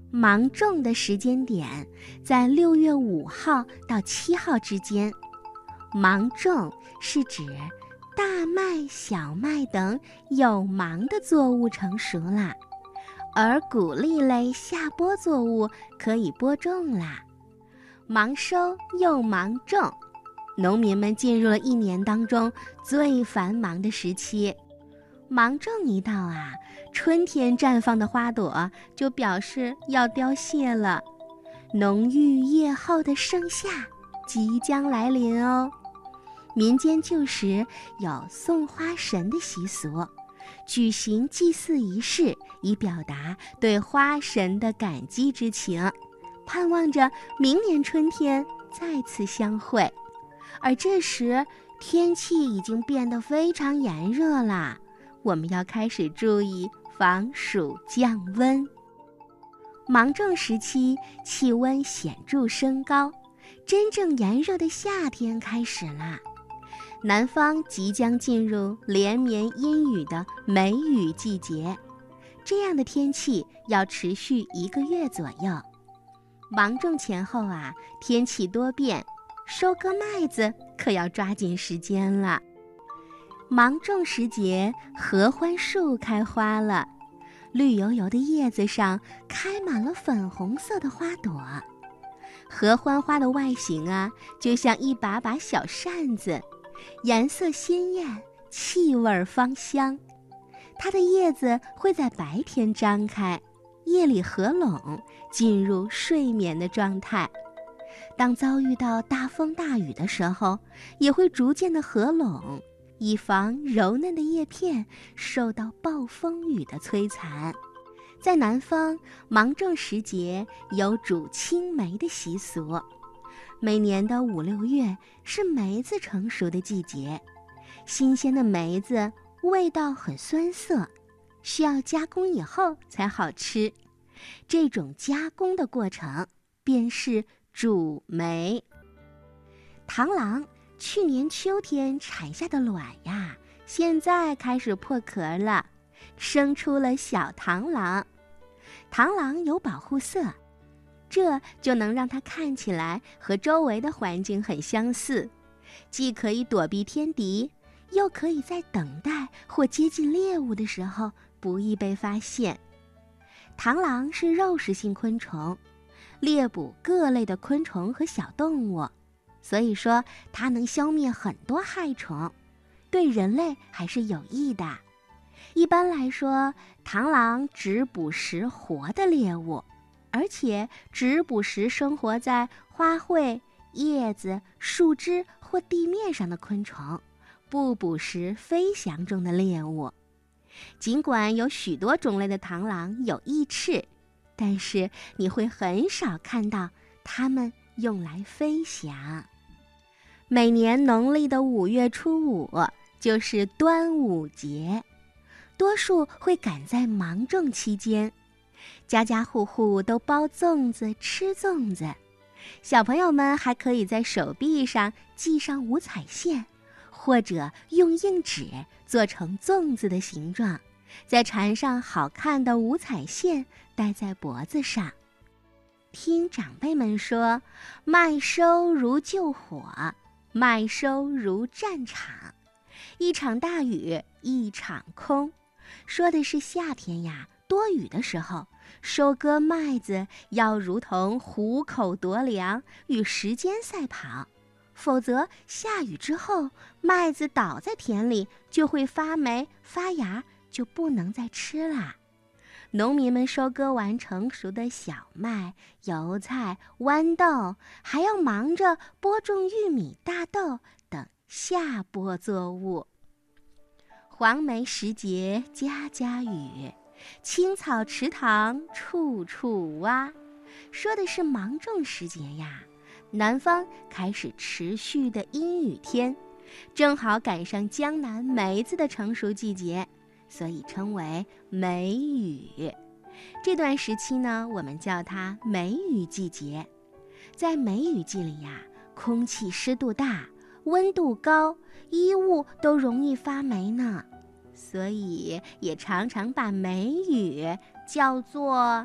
芒种的时间点在6月5号到7号之间。芒种是指大麦、小麦等有芒的作物成熟啦，而谷粒类下播作物可以播种啦。芒收又芒种，农民们进入了一年当中最繁忙的时期。芒种一到啊，春天绽放的花朵就表示要凋谢了，浓郁叶厚的盛夏即将来临哦。民间旧时有送花神的习俗，举行祭祀仪式，以表达对花神的感激之情，盼望着明年春天再次相会。而这时天气已经变得非常炎热了，我们要开始注意防暑降温。芒种时期气温显著升高，真正炎热的夏天开始啦。南方即将进入连绵阴雨的梅雨季节，这样的天气要持续1个月左右。芒种前后啊，天气多变，收割麦子可要抓紧时间了。芒种时节，合欢树开花了，绿油油的叶子上开满了粉红色的花朵。合欢花的外形啊，就像一把把小扇子，颜色鲜艳，气味芳香。它的叶子会在白天张开，夜里合拢，进入睡眠的状态。当遭遇到大风大雨的时候，也会逐渐的合拢，以防柔嫩的叶片受到暴风雨的摧残。在南方，芒种时节有煮青梅的习俗。每年的5、6月是梅子成熟的季节，新鲜的梅子味道很酸涩，需要加工以后才好吃。这种加工的过程便是煮梅。螳螂去年秋天产下的卵呀，现在开始破壳了，生出了小螳螂。螳螂有保护色，这就能让它看起来和周围的环境很相似，既可以躲避天敌，又可以在等待或接近猎物的时候不易被发现。螳螂是肉食性昆虫，猎捕各类的昆虫和小动物，所以说它能消灭很多害虫，对人类还是有益的。一般来说，螳螂只捕食活的猎物，而且只捕食生活在花卉、叶子、树枝或地面上的昆虫，不捕食飞翔中的猎物。尽管有许多种类的螳螂有翼翅，但是你会很少看到它们用来飞翔。每年农历的5月初5就是端午节，多数会赶在芒种期间，家家户户都包粽子吃粽子，小朋友们还可以在手臂上系上五彩线，或者用硬纸做成粽子的形状，再缠上好看的五彩线戴在脖子上。听长辈们说，麦收如救火，麦收如战场，一场大雨一场空，说的是夏天呀，多雨的时候，收割麦子要如同虎口夺粮，与时间赛跑，否则下雨之后，麦子倒在田里就会发霉发芽，就不能再吃啦。农民们收割完成熟的小麦、油菜、豌豆，还要忙着播种玉米、大豆等下播作物。黄梅时节家家雨，青草池塘处处蛙，说的是芒种时节呀，南方开始持续的阴雨天，正好赶上江南梅子的成熟季节，所以称为梅雨。这段时期呢，我们叫它梅雨季节。在梅雨季里呀，空气湿度大，温度高，衣物都容易发霉呢，所以也常常把梅雨叫做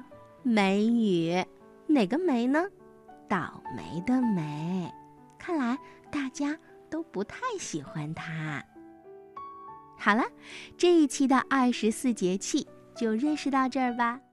梅雨，哪个梅呢？倒霉的霉。看来大家都不太喜欢它。好了，这一期的24节气就认识到这儿吧。